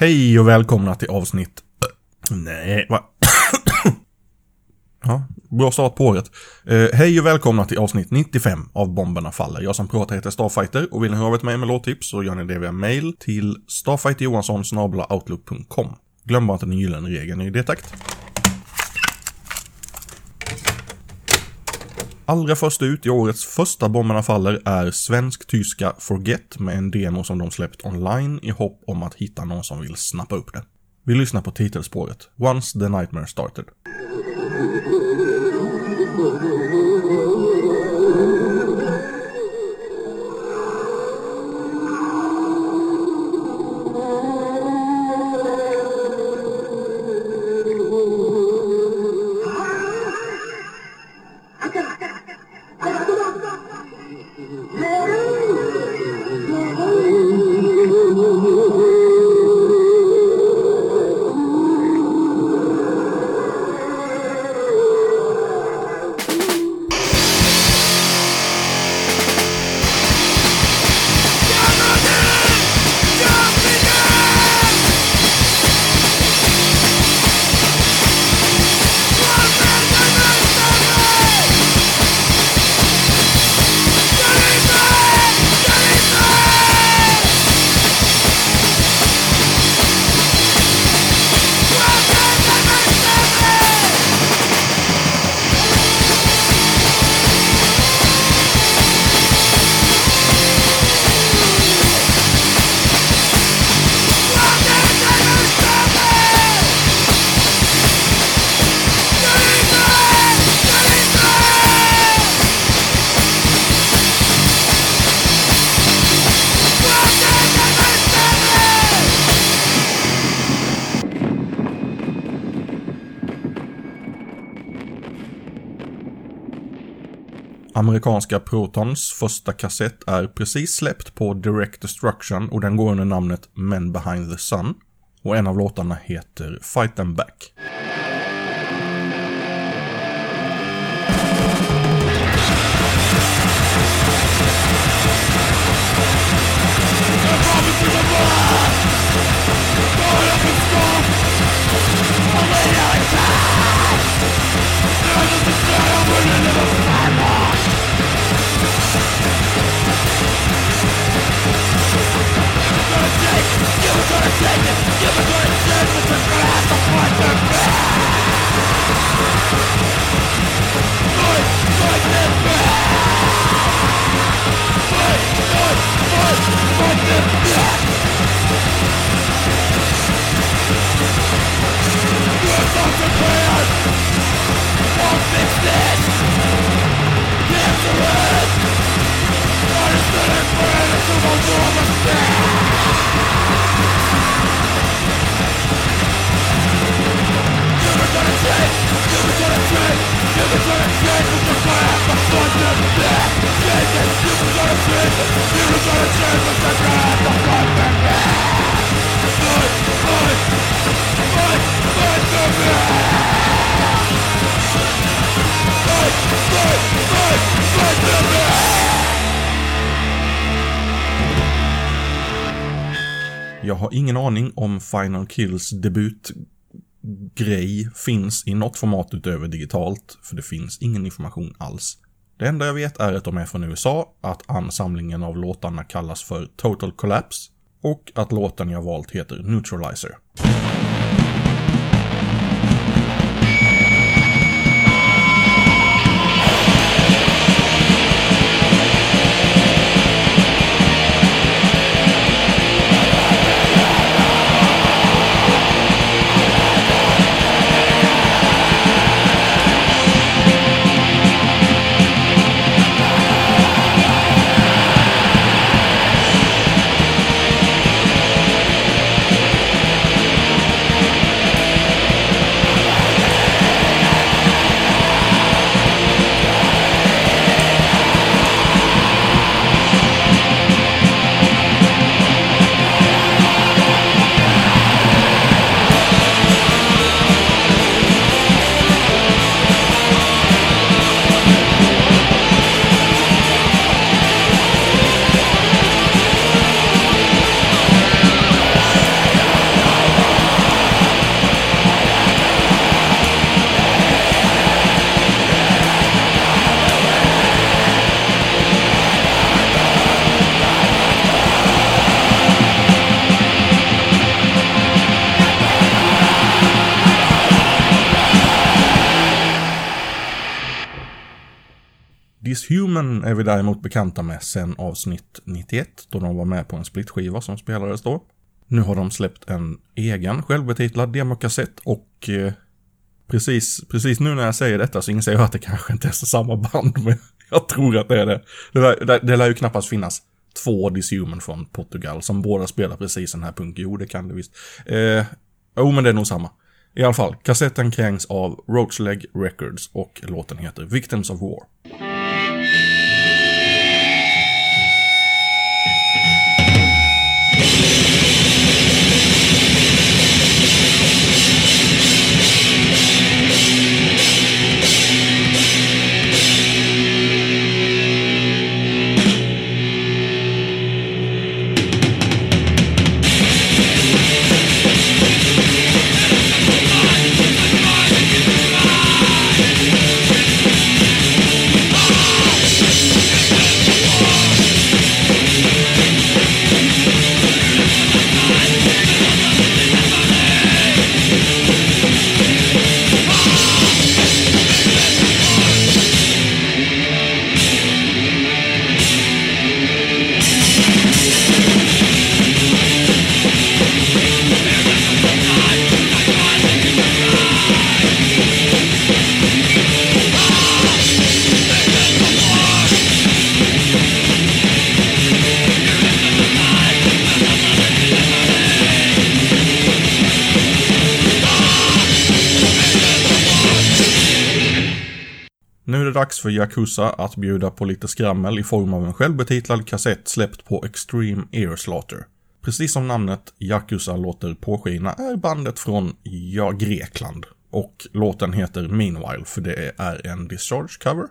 Hej och välkomna till avsnitt... Nej, va? Ja, bra start på året. Hej och välkomna till avsnitt 95 av Bomberna faller. Jag som pratar heter Starfighter och vill ni ha varit med låttips så gör ni det via mail till starfighterjohansson@outlook.com. Glöm bara inte den gyllene regeln i det takt. Allra först ut i årets första Bomberna faller är svensk-tyska Forget med en demo som de släppt online i hopp om att hitta någon som vill snappa upp det. Vi lyssnar på titelspåret Once the Nightmare Started. Amerikanska Protons första kassett är precis släppt på Direct Destruction och den går under namnet Men Behind the Sun och en av låtarna heter Fight Them Back. Jag har ingen aning om Final Kills debutgrej finns i något format utöver digitalt, för det finns ingen information alls. Det enda jag vet är att de är från USA, att ansamlingen av låtarna kallas för Total Collapse och att låten jag valt heter Neutralizer. Dishuman är vi däremot bekanta med sen avsnitt 91, då de var med på en splitskiva som spelades då. Nu har de släppt en egen självbetitlad demokassett och precis nu när jag säger detta så inser jag att det kanske inte är så samma band, men jag tror att det är det. Det lär ju knappast finnas 2 Dishuman från Portugal som båda spelar precis den här punkten. Jo, det kan det visst. Men det är nog samma. I alla fall, kassetten krängs av Roachleg Records och låten heter Victims of War. Nu är det dags för Yakuza att bjuda på lite skrammel i form av en självbetitlad kassett släppt på Extreme Ear Slaughter. Precis som namnet Yakuza låter påskina är bandet från Grekland. Och låten heter Meanwhile för det är en Discharge cover.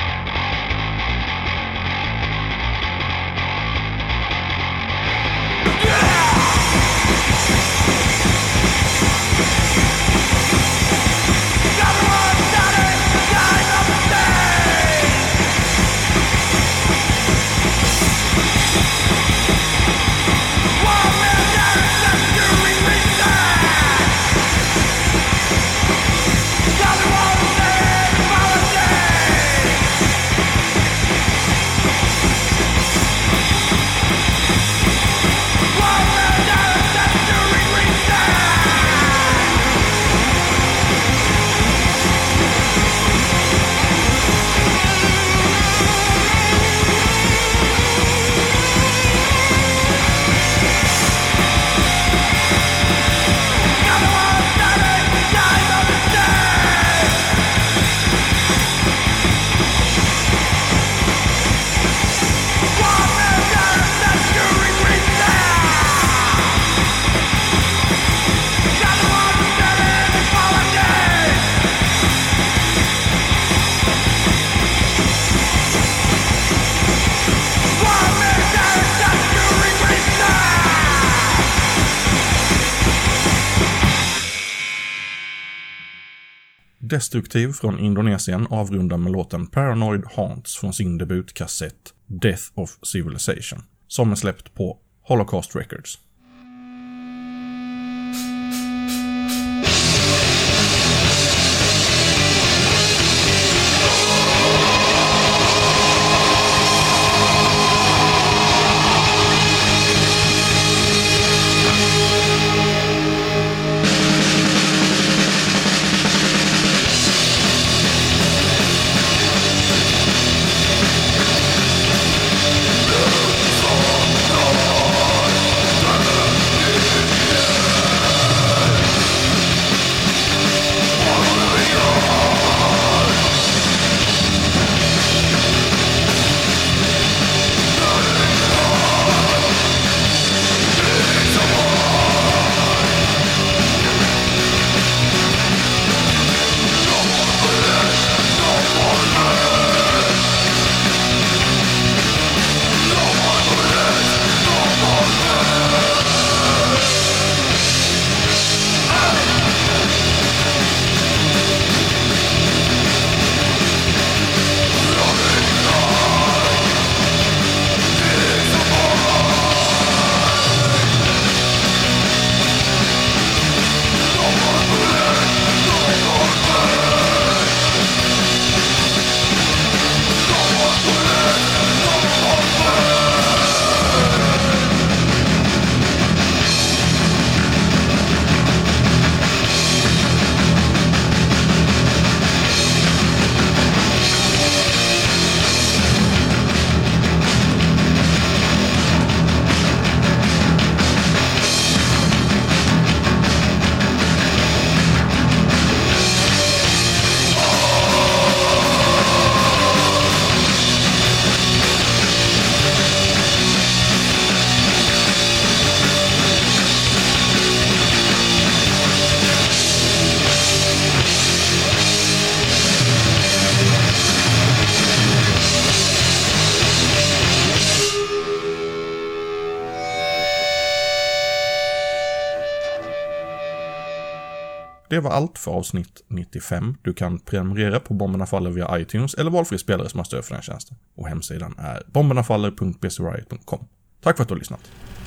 Destruktiv från Indonesien avrundar med låten Paranoid Haunts från sin debutkassett Death of Civilization, som är släppt på Holocaust Records. Det var allt för avsnitt 95. Du kan prenumerera på Bomberna Faller via iTunes eller valfri spelare som har stöd för den tjänsten. Och hemsidan är bombernafaller.bcriot.com. Tack för att du har lyssnat.